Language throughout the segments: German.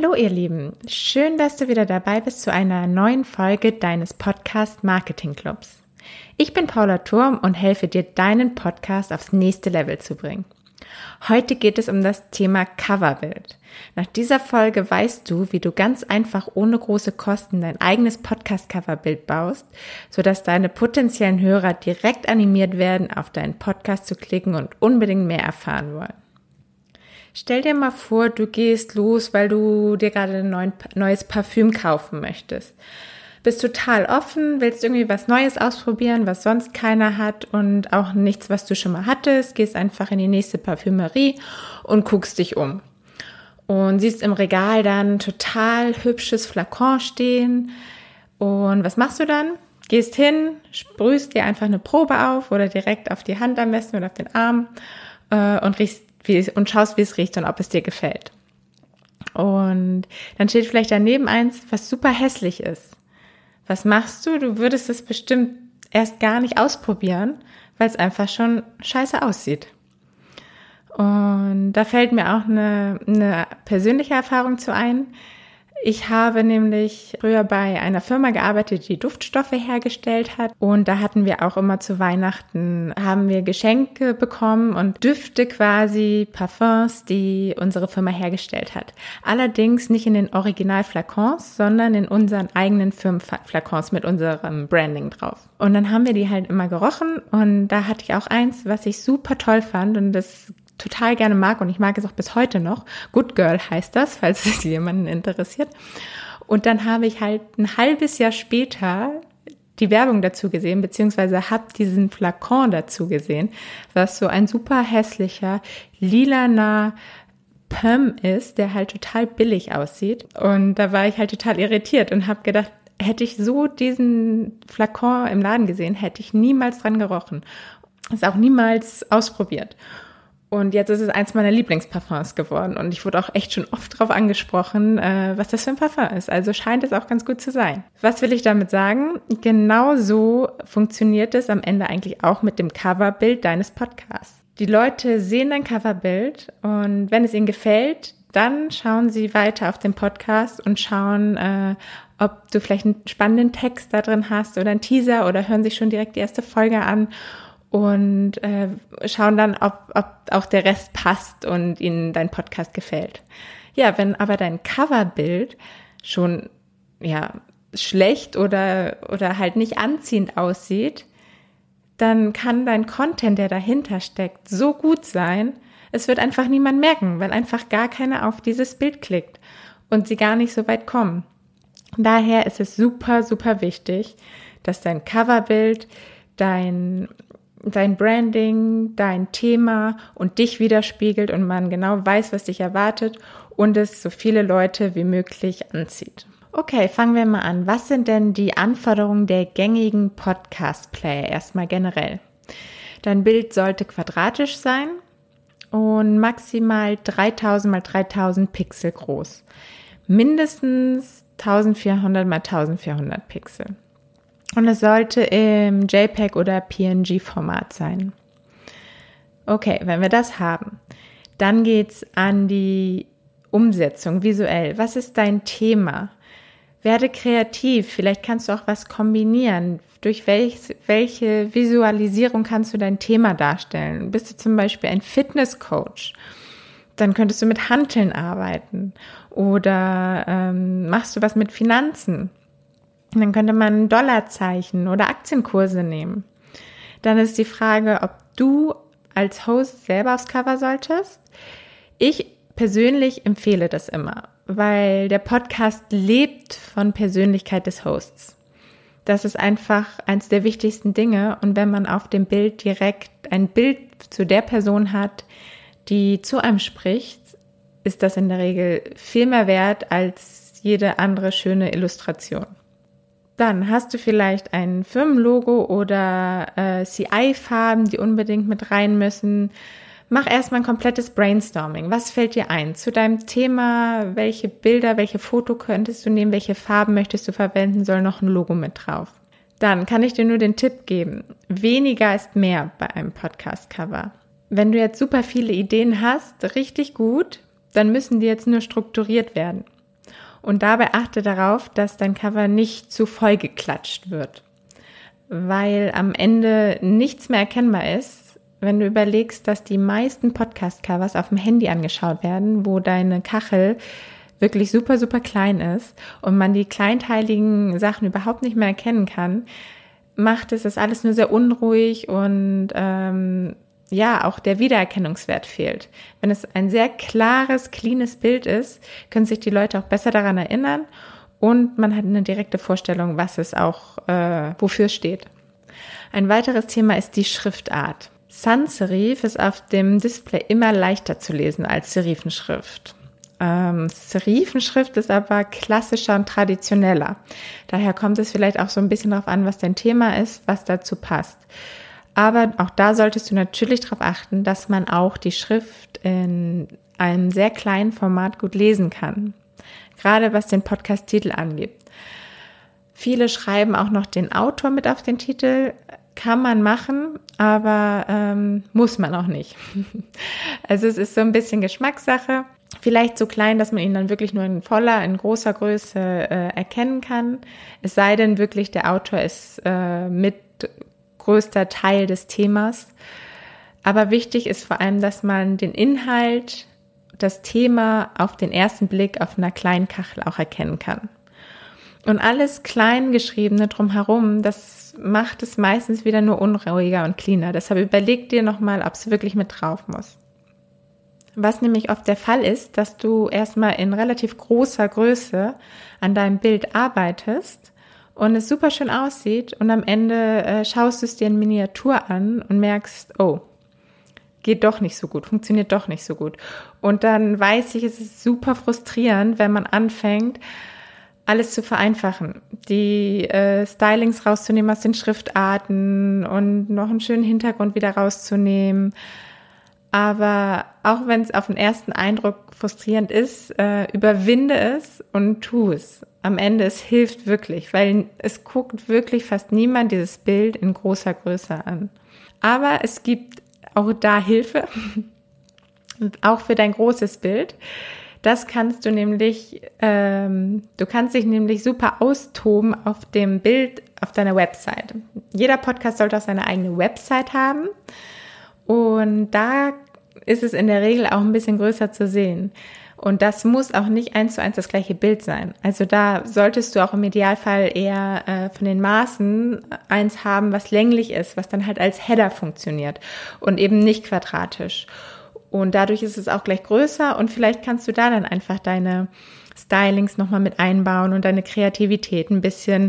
Hallo ihr Lieben, schön, dass du wieder dabei bist zu einer neuen Folge deines Podcast Marketing Clubs. Ich bin Paula Thurm und helfe dir, deinen Podcast aufs nächste Level zu bringen. Heute geht es um das Thema Coverbild. Nach dieser Folge weißt du, wie du ganz einfach ohne große Kosten dein eigenes Podcast-Coverbild baust, sodass deine potenziellen Hörer direkt animiert werden, auf deinen Podcast zu klicken und unbedingt mehr erfahren wollen. Stell dir mal vor, du gehst los, weil du dir gerade ein neues Parfüm kaufen möchtest. Bist total offen, willst irgendwie was Neues ausprobieren, was sonst keiner hat und auch nichts, was du schon mal hattest. Gehst einfach in die nächste Parfümerie und guckst dich um. Und siehst im Regal dann total hübsches Flakon stehen. Und was machst du dann? Gehst hin, sprühst dir einfach eine Probe auf oder direkt auf die Hand am besten oder auf den Arm und schaust, wie es riecht und ob es dir gefällt. Und dann steht vielleicht daneben eins, was super hässlich ist. Was machst du? Du würdest es bestimmt erst gar nicht ausprobieren, weil es einfach schon scheiße aussieht. Und da fällt mir auch eine persönliche Erfahrung zu ein. Ich habe nämlich früher bei einer Firma gearbeitet, die Duftstoffe hergestellt hat. Und da hatten wir auch immer zu Weihnachten, haben wir Geschenke bekommen und Düfte quasi, Parfums, die unsere Firma hergestellt hat. Allerdings nicht in den Originalflakons, sondern in unseren eigenen Firmenflakons mit unserem Branding drauf. Und dann haben wir die halt immer gerochen und da hatte ich auch eins, was ich super toll fand und das total gerne mag und ich mag es auch bis heute noch. Good Girl heißt das, falls es jemanden interessiert. Und dann habe ich halt ein halbes Jahr später die Werbung dazu gesehen, beziehungsweise habe diesen Flakon dazu gesehen, was so ein super hässlicher, lilaner Pömm ist, der halt total billig aussieht. Und da war ich halt total irritiert und habe gedacht, hätte ich so diesen Flakon im Laden gesehen, hätte ich niemals dran gerochen. Das auch niemals ausprobiert. Und jetzt ist es eins meiner Lieblingsparfums geworden und ich wurde auch echt schon oft darauf angesprochen, was das für ein Parfum ist. Also scheint es auch ganz gut zu sein. Was will ich damit sagen? Genau so funktioniert es am Ende eigentlich auch mit dem Coverbild deines Podcasts. Die Leute sehen dein Coverbild und wenn es ihnen gefällt, dann schauen sie weiter auf den Podcast und schauen, ob du vielleicht einen spannenden Text da drin hast oder einen Teaser oder hören sich schon direkt die erste Folge an. Und schauen dann, ob auch der Rest passt und ihnen dein Podcast gefällt. Ja, wenn aber dein Coverbild schon schlecht oder halt nicht anziehend aussieht, dann kann dein Content, der dahinter steckt, so gut sein, es wird einfach niemand merken, weil einfach gar keiner auf dieses Bild klickt und sie gar nicht so weit kommen. Daher ist es super, super wichtig, dass dein Coverbild, dein Branding, dein Thema und dich widerspiegelt und man genau weiß, was dich erwartet und es so viele Leute wie möglich anzieht. Okay, fangen wir mal an. Was sind denn die Anforderungen der gängigen Podcast-Player erstmal generell? Dein Bild sollte quadratisch sein und maximal 3000 x 3000 Pixel groß. Mindestens 1400 x 1400 Pixel. Und es sollte im JPEG oder PNG-Format sein. Okay, wenn wir das haben, dann geht's an die Umsetzung visuell. Was ist dein Thema? Werde kreativ. Vielleicht kannst du auch was kombinieren. Durch welche Visualisierung kannst du dein Thema darstellen? Bist du zum Beispiel ein Fitnesscoach? Dann könntest du mit Hanteln arbeiten. Oder machst du was mit Finanzen? Dann könnte man Dollarzeichen oder Aktienkurse nehmen. Dann ist die Frage, ob du als Host selber aufs Cover solltest. Ich persönlich empfehle das immer, weil der Podcast lebt von Persönlichkeit des Hosts. Das ist einfach eins der wichtigsten Dinge. Und wenn man auf dem Bild direkt ein Bild zu der Person hat, die zu einem spricht, ist das in der Regel viel mehr wert als jede andere schöne Illustration. Dann hast du vielleicht ein Firmenlogo oder CI-Farben, die unbedingt mit rein müssen. Mach erstmal ein komplettes Brainstorming. Was fällt dir ein zu deinem Thema? Welche Bilder, welche Foto könntest du nehmen? Welche Farben möchtest du verwenden? Soll noch ein Logo mit drauf? Dann kann ich dir nur den Tipp geben. Weniger ist mehr bei einem Podcast-Cover. Wenn du jetzt super viele Ideen hast, richtig gut, dann müssen die jetzt nur strukturiert werden. Und dabei achte darauf, dass dein Cover nicht zu voll geklatscht wird, weil am Ende nichts mehr erkennbar ist, wenn du überlegst, dass die meisten Podcast-Covers auf dem Handy angeschaut werden, wo deine Kachel wirklich super, super klein ist und man die kleinteiligen Sachen überhaupt nicht mehr erkennen kann, macht es das alles nur sehr unruhig und auch der Wiedererkennungswert fehlt. Wenn es ein sehr klares, cleanes Bild ist, können sich die Leute auch besser daran erinnern und man hat eine direkte Vorstellung, was es auch, wofür es steht. Ein weiteres Thema ist die Schriftart. Sans-Serif ist auf dem Display immer leichter zu lesen als Serifenschrift. Serifenschrift ist aber klassischer und traditioneller. Daher kommt es vielleicht auch so ein bisschen darauf an, was dein Thema ist, was dazu passt. Aber auch da solltest du natürlich darauf achten, dass man auch die Schrift in einem sehr kleinen Format gut lesen kann. Gerade was den Podcast-Titel angeht. Viele schreiben auch noch den Autor mit auf den Titel. Kann man machen, aber muss man auch nicht. Also es ist so ein bisschen Geschmackssache. Vielleicht so klein, dass man ihn dann wirklich nur in großer Größe erkennen kann. Es sei denn wirklich, der Autor ist mit größter Teil des Themas. Aber wichtig ist vor allem, dass man den Inhalt, das Thema auf den ersten Blick auf einer kleinen Kachel auch erkennen kann. Und alles Kleingeschriebene drumherum, das macht es meistens wieder nur unruhiger und cleaner. Deshalb überleg dir nochmal, ob es wirklich mit drauf muss. Was nämlich oft der Fall ist, dass du erstmal in relativ großer Größe an deinem Bild arbeitest und es super schön aussieht und am Ende schaust du es dir in Miniatur an und merkst, oh, geht doch nicht so gut, funktioniert doch nicht so gut. Und dann weiß ich, es ist super frustrierend, wenn man anfängt, alles zu vereinfachen, die Stylings rauszunehmen aus den Schriftarten und noch einen schönen Hintergrund wieder rauszunehmen. Aber auch wenn es auf den ersten Eindruck frustrierend ist, überwinde es und tu es. Am Ende, es hilft wirklich, weil es guckt wirklich fast niemand dieses Bild in großer Größe an. Aber es gibt auch da Hilfe, auch für dein großes Bild. Das kannst du nämlich, du kannst dich nämlich super austoben auf dem Bild auf deiner Website. Jeder Podcast sollte auch seine eigene Website haben und da ist es in der Regel auch ein bisschen größer zu sehen. Und das muss auch nicht 1:1 das gleiche Bild sein. Also da solltest du auch im Idealfall eher von den Maßen eins haben, was länglich ist, was dann halt als Header funktioniert und eben nicht quadratisch. Und dadurch ist es auch gleich größer und vielleicht kannst du da dann einfach deine Stylings nochmal mit einbauen und deine Kreativität ein bisschen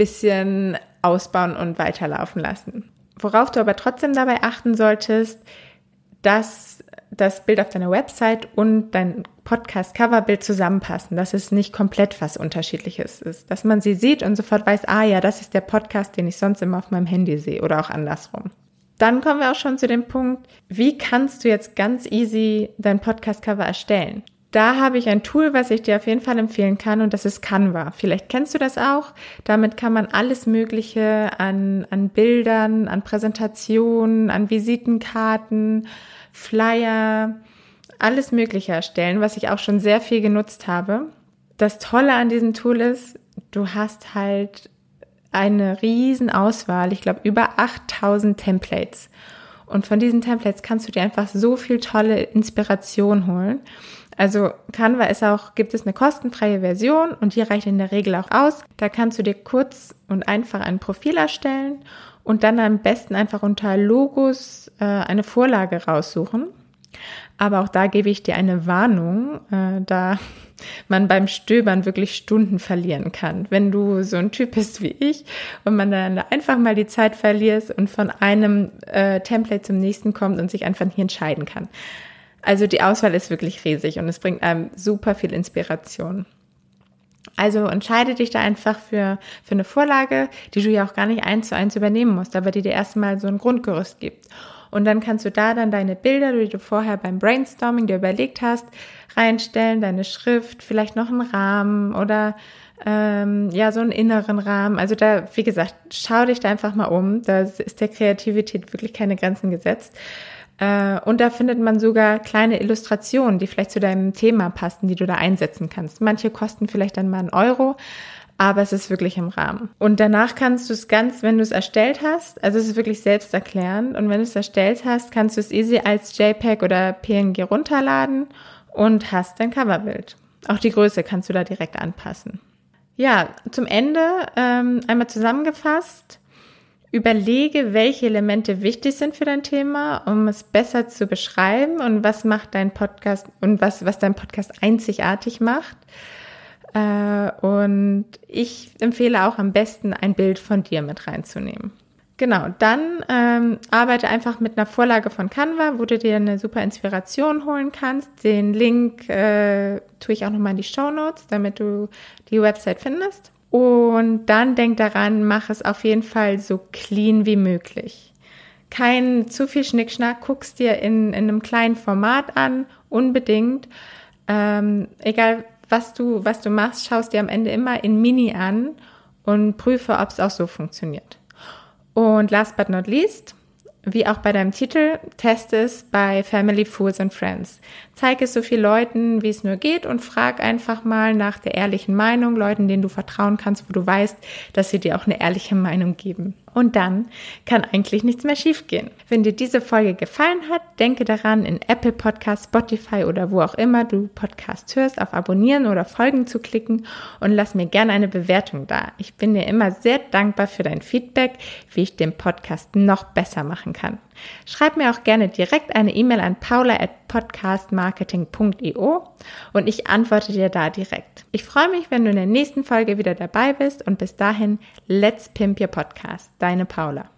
ausbauen und weiterlaufen lassen. Worauf du aber trotzdem dabei achten solltest, dass das Bild auf deiner Website und dein Podcast-Coverbild zusammenpassen, dass es nicht komplett was Unterschiedliches ist, dass man sie sieht und sofort weiß, das ist der Podcast, den ich sonst immer auf meinem Handy sehe oder auch andersrum. Dann kommen wir auch schon zu dem Punkt, wie kannst du jetzt ganz easy dein Podcast-Cover erstellen? Da habe ich ein Tool, was ich dir auf jeden Fall empfehlen kann und das ist Canva. Vielleicht kennst du das auch. Damit kann man alles Mögliche an Bildern, an Präsentationen, an Visitenkarten, Flyer, alles Mögliche erstellen, was ich auch schon sehr viel genutzt habe. Das Tolle an diesem Tool ist, du hast halt eine riesen Auswahl, ich glaube über 8000 Templates. Und von diesen Templates kannst du dir einfach so viel tolle Inspiration holen. Also Canva gibt es eine kostenfreie Version und die reicht in der Regel auch aus. Da kannst du dir kurz und einfach ein Profil erstellen und dann am besten einfach unter Logos eine Vorlage raussuchen. Aber auch da gebe ich dir eine Warnung, da man beim Stöbern wirklich Stunden verlieren kann. Wenn du so ein Typ bist wie ich und man dann einfach mal die Zeit verliert und von einem Template zum nächsten kommt und sich einfach nicht entscheiden kann. Also die Auswahl ist wirklich riesig und es bringt einem super viel Inspiration. Also entscheide dich da einfach für eine Vorlage, die du ja auch gar nicht 1:1 übernehmen musst, aber die dir erstmal so ein Grundgerüst gibt. Und dann kannst du da dann deine Bilder, die du vorher beim Brainstorming dir überlegt hast, reinstellen, deine Schrift, vielleicht noch einen Rahmen oder so einen inneren Rahmen. Also da, wie gesagt, schau dich da einfach mal um. Da ist der Kreativität wirklich keine Grenzen gesetzt. Und da findet man sogar kleine Illustrationen, die vielleicht zu deinem Thema passen, die du da einsetzen kannst. Manche kosten vielleicht dann mal €1, aber es ist wirklich im Rahmen. Und danach kannst du es wenn du es erstellt hast, also es ist wirklich selbsterklärend, und wenn du es erstellt hast, kannst du es easy als JPEG oder PNG runterladen und hast dein Coverbild. Auch die Größe kannst du da direkt anpassen. Ja, zum Ende einmal zusammengefasst. Überlege, welche Elemente wichtig sind für dein Thema, um es besser zu beschreiben, und was macht dein Podcast und was dein Podcast einzigartig macht. Und ich empfehle auch am besten, ein Bild von dir mit reinzunehmen. Genau, dann arbeite einfach mit einer Vorlage von Canva, wo du dir eine super Inspiration holen kannst. Den Link tue ich auch nochmal in die Shownotes, damit du die Website findest. Und dann denk daran, mach es auf jeden Fall so clean wie möglich. Kein zu viel Schnickschnack, guck's dir in einem kleinen Format an, unbedingt. Egal was du machst, schaust dir am Ende immer in Mini an und prüfe, ob es auch so funktioniert. Und last but not least, wie auch bei deinem Titel, teste es bei Family, Fools and Friends. Zeig es so vielen Leuten, wie es nur geht, und frag einfach mal nach der ehrlichen Meinung, Leuten, denen du vertrauen kannst, wo du weißt, dass sie dir auch eine ehrliche Meinung geben. Und dann kann eigentlich nichts mehr schiefgehen. Wenn dir diese Folge gefallen hat, denke daran, in Apple Podcasts, Spotify oder wo auch immer du Podcasts hörst, auf Abonnieren oder Folgen zu klicken, und lass mir gerne eine Bewertung da. Ich bin dir immer sehr dankbar für dein Feedback, wie ich den Podcast noch besser machen kann. Schreib mir auch gerne direkt eine E-Mail an paula@podcastmarketing.io und ich antworte dir da direkt. Ich freue mich, wenn du in der nächsten Folge wieder dabei bist, und bis dahin, let's pimp your podcast. Deine Paula.